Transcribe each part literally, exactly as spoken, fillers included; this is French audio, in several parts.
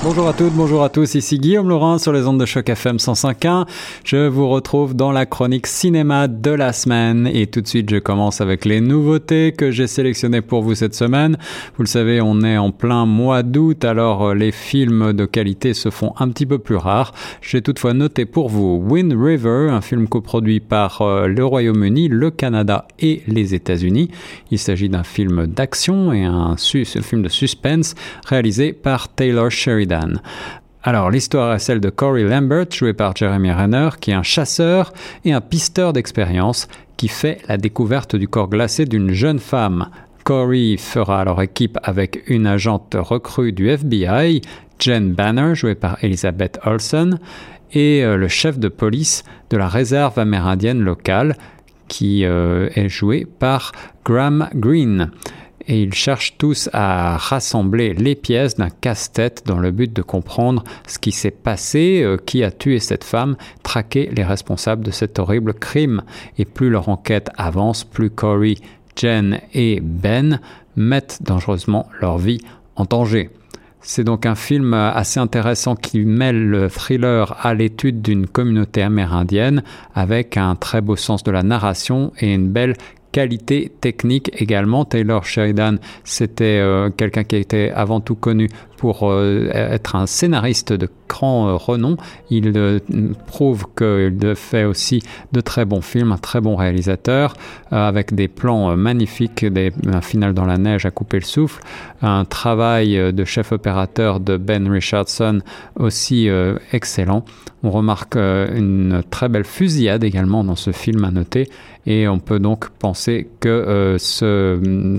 Bonjour à toutes, bonjour à tous, ici Guillaume Laurin sur les ondes de Choc F M cent cinq point un. Je vous retrouve dans la chronique cinéma de la semaine et tout de suite je commence avec les nouveautés que j'ai sélectionnées pour vous cette semaine. Vous le savez, on est en plein mois d'août, alors les films de qualité se font un petit peu plus rares. J'ai toutefois noté pour vous Wind River, un film coproduit par le Royaume-Uni, le Canada et les États-Unis. Il s'agit d'un film d'action et un, sus- un film de suspense réalisé par Taylor Sheridan. Alors, l'histoire est celle de Corey Lambert, joué par Jeremy Renner, qui est un chasseur et un pisteur d'expérience qui fait la découverte du corps glacé d'une jeune femme. Corey fera alors équipe avec une agente recrue du F B I, Jen Banner, jouée par Elizabeth Olsen, et euh, le chef de police de la réserve amérindienne locale, qui euh, est joué par Graham Greene. Et ils cherchent tous à rassembler les pièces d'un casse-tête dans le but de comprendre ce qui s'est passé, euh, qui a tué cette femme, traquer les responsables de cet horrible crime. Et plus leur enquête avance, plus Corey, Jen et Ben mettent dangereusement leur vie en danger. C'est donc un film assez intéressant qui mêle le thriller à l'étude d'une communauté amérindienne avec un très beau sens de la narration et une belle qualité technique également. Taylor Sheridan, c'était euh, quelqu'un qui était avant tout connu pour euh, être un scénariste de grand euh, renom. Il euh, prouve qu'il fait aussi de très bons films, un très bon réalisateur, euh, avec des plans euh, magnifiques, des, un final dans la neige à couper le souffle, un travail euh, de chef opérateur de Ben Richardson aussi euh, excellent. On remarque euh, une très belle fusillade également dans ce film à noter, et on peut donc penser que euh, ce,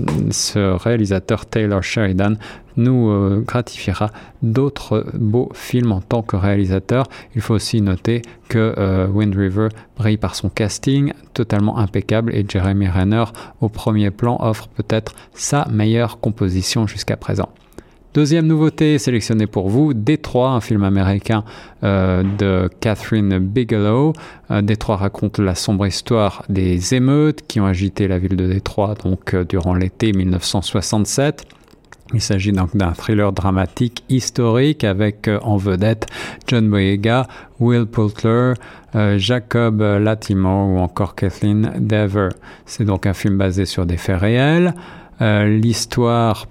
ce réalisateur Taylor Sheridan nous euh, gratifiera d'autres beaux films en tant que réalisateur. Il faut aussi noter que euh, Wind River brille par son casting totalement impeccable et Jeremy Renner au premier plan offre peut-être sa meilleure composition jusqu'à présent. Deuxième nouveauté sélectionnée pour vous, Détroit, un film américain euh, de Catherine Bigelow. Euh, Détroit raconte la sombre histoire des émeutes qui ont agité la ville de Détroit donc, euh, durant l'été dix-neuf cent soixante-sept. Il s'agit donc d'un thriller dramatique historique avec euh, en vedette John Boyega, Will Poulter, euh, Jacob Latimore ou encore Kathleen Dever. C'est donc un film basé sur des faits réels. Euh, l'histoire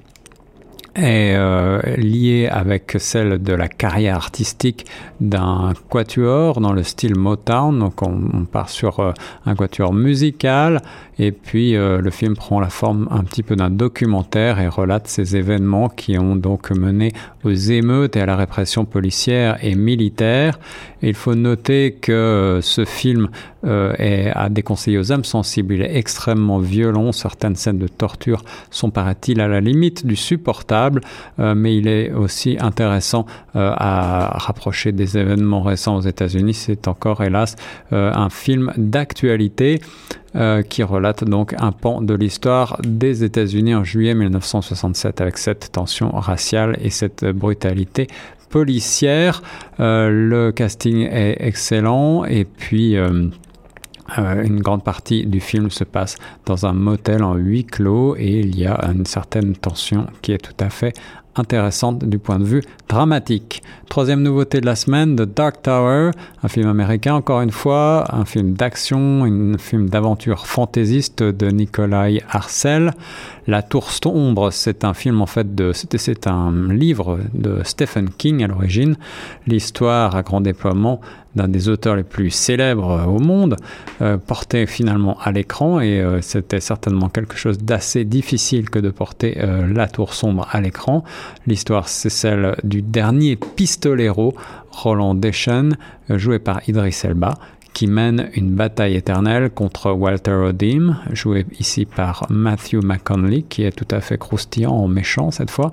est euh, liée avec celle de la carrière artistique d'un quatuor dans le style Motown. Donc on, on part sur euh, un quatuor musical et puis euh, le film prend la forme un petit peu d'un documentaire et relate ces événements qui ont donc mené aux émeutes et à la répression policière et militaire. Et il faut noter que euh, ce film euh, est à déconseiller aux âmes sensibles. Il est extrêmement violent. Certaines scènes de torture sont, paraît-il, à la limite du supportable, euh, mais il est aussi intéressant euh, à rapprocher des événements récents aux États-Unis. C'est encore, hélas, euh, un film d'actualité euh, qui relate donc un pan de l'histoire des États-Unis en juillet dix-neuf cent soixante-sept avec cette tension raciale et cette brutalité policière. Euh, le casting est excellent et puis euh, Euh, une grande partie du film se passe dans un motel en huis clos et il y a une certaine tension qui est tout à fait intéressante du point de vue dramatique. Troisième nouveauté de la semaine, The Dark Tower, un film américain encore une fois, un film d'action, un film d'aventure fantaisiste de Nikolai Arcel. La Tour Sombre, c'est un film en fait de, c'est, c'est un livre de Stephen King à l'origine. L'histoire à grand déploiement d'un des auteurs les plus célèbres au monde, euh, porté finalement à l'écran et euh, c'était certainement quelque chose d'assez difficile que de porter euh, La Tour Sombre à l'écran. L'histoire, c'est celle du dernier pistolero, Roland Deschênes, euh, joué par Idris Elba, qui mène une bataille éternelle contre Walter O'Dim, joué ici par Matthew McConaughey, qui est tout à fait croustillant en méchant cette fois.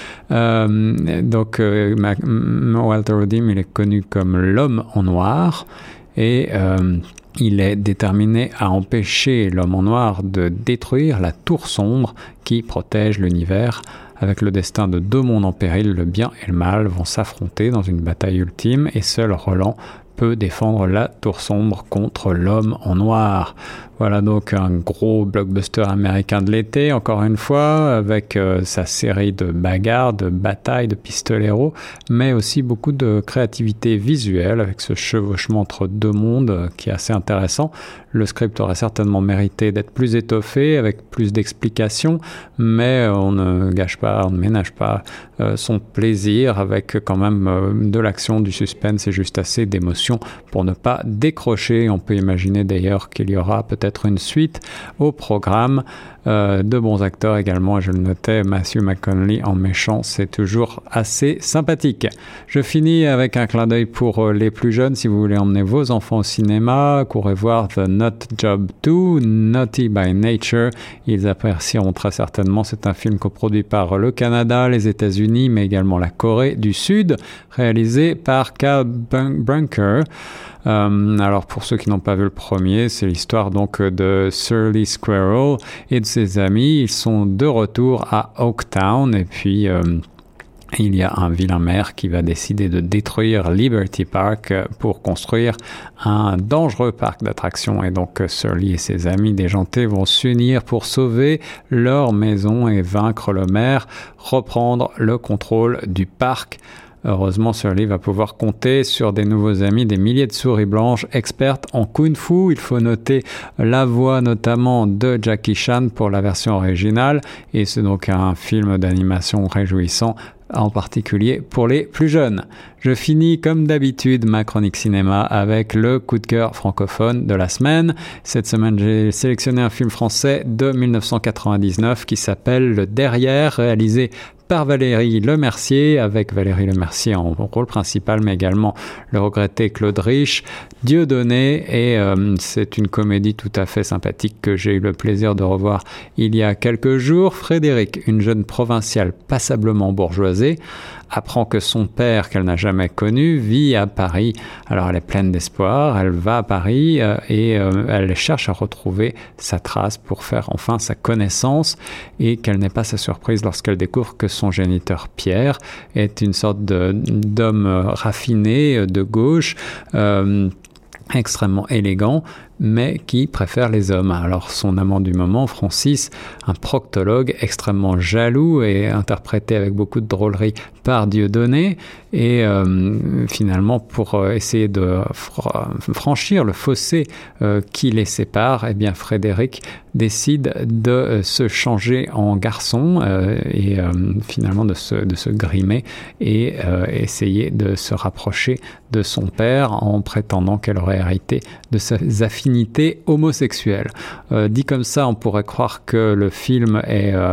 Euh, donc euh, Walter O'Dim, il est connu comme l'homme en noir et euh, il est déterminé à empêcher l'homme en noir de détruire la tour sombre qui protège l'univers. Avec le destin de deux mondes en péril, le bien et le mal vont s'affronter dans une bataille ultime et seul Roland peut défendre la tour sombre contre l'homme en noir. Voilà donc un gros blockbuster américain de l'été, encore une fois, avec euh, sa série de bagarres, de batailles, de pistoleros, mais aussi beaucoup de créativité visuelle, avec ce chevauchement entre deux mondes euh, qui est assez intéressant. Le script aurait certainement mérité d'être plus étoffé, avec plus d'explications, mais on ne gâche pas, on ne ménage pas euh, son plaisir, avec quand même euh, de l'action, du suspense et juste assez d'émotion pour ne pas décrocher. On peut imaginer d'ailleurs qu'il y aura peut-être une suite au programme. Euh, de bons acteurs également, je le notais, Matthew McConaughey en méchant, c'est toujours assez sympathique. Je finis avec un clin d'œil pour les plus jeunes. Si vous voulez emmener vos enfants au cinéma, courez voir The Nut Job deux, Naughty by Nature. Ils apprécieront très certainement. C'est un film coproduit par le Canada, les États-Unis, mais également la Corée du Sud, réalisé par Cal Brunker. Euh, alors pour ceux qui n'ont pas vu le premier, c'est l'histoire donc de Surly Squirrel et de ses amis. Ils sont de retour à Oaktown et puis euh, il y a un vilain maire qui va décider de détruire Liberty Park pour construire un dangereux parc d'attractions. Et donc Surly et ses amis déjantés vont s'unir pour sauver leur maison et vaincre le maire, reprendre le contrôle du parc. Heureusement, Surly va pouvoir compter sur des nouveaux amis, des milliers de souris blanches expertes en kung-fu. Il faut noter la voix notamment de Jackie Chan pour la version originale. Et c'est donc un film d'animation réjouissant, en particulier pour les plus jeunes. Je finis comme d'habitude ma chronique cinéma avec le coup de cœur francophone de la semaine. Cette semaine, j'ai sélectionné un film français de dix-neuf cent quatre-vingt-dix-neuf qui s'appelle Le Derrière, réalisé par Valérie Lemercier, avec Valérie Lemercier en rôle principal, mais également le regretté Claude Rich, Dieudonné, et euh, c'est une comédie tout à fait sympathique que j'ai eu le plaisir de revoir il y a quelques jours. Frédéric, une jeune provinciale passablement bourgeoisée, apprend que son père, qu'elle n'a jamais connu, vit à Paris. Alors elle est pleine d'espoir, elle va à Paris euh, et euh, elle cherche à retrouver sa trace pour faire enfin sa connaissance, et quelle n'est pas sa surprise lorsqu'elle découvre que son géniteur Pierre est une sorte de, d'homme raffiné, de gauche, euh, extrêmement élégant, mais qui préfère les hommes. Alors son amant du moment, Francis, un proctologue extrêmement jaloux et interprété avec beaucoup de drôlerie par Dieudonné, et euh, finalement pour euh, essayer de fr- franchir le fossé euh, qui les sépare, eh bien Frédéric décide de euh, se changer en garçon euh, et euh, finalement de se, de se grimer et euh, essayer de se rapprocher de son père en prétendant qu'elle aurait hérité de ses affinités homosexuelles. Euh, dit comme ça, on pourrait croire que le film est euh,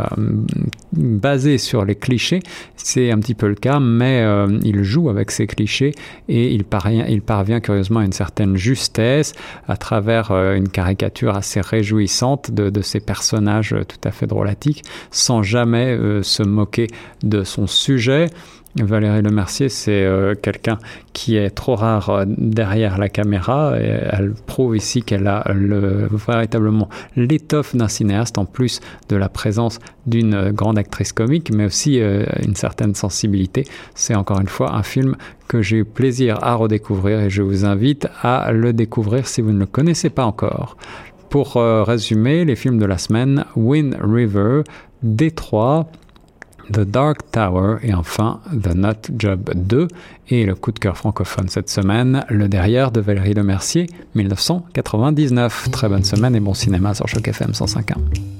basé sur les clichés. C'est un petit peu le cas, mais euh, il joue avec ces clichés et il parvient, il parvient curieusement à une certaine justesse à travers euh, une caricature assez réjouissante de, de ces personnages tout à fait drôlatiques, sans jamais euh, se moquer de son sujet. Valérie Lemercier, c'est euh, quelqu'un qui est trop rare euh, derrière la caméra, et elle prouve ici qu'elle a le, véritablement l'étoffe d'un cinéaste, en plus de la présence d'une grande actrice comique, mais aussi euh, une certaine sensibilité. C'est encore une fois un film que j'ai eu plaisir à redécouvrir et je vous invite à le découvrir si vous ne le connaissez pas encore. Pour euh, résumer, les films de la semaine: Wind River, Détroit, The Dark Tower et enfin The Nut Job deux, et le coup de cœur francophone cette semaine, Le Derrière de Valérie Lemercier, dix-neuf cent quatre-vingt-dix-neuf. Très bonne semaine et bon cinéma sur Choc F M cent cinq point un.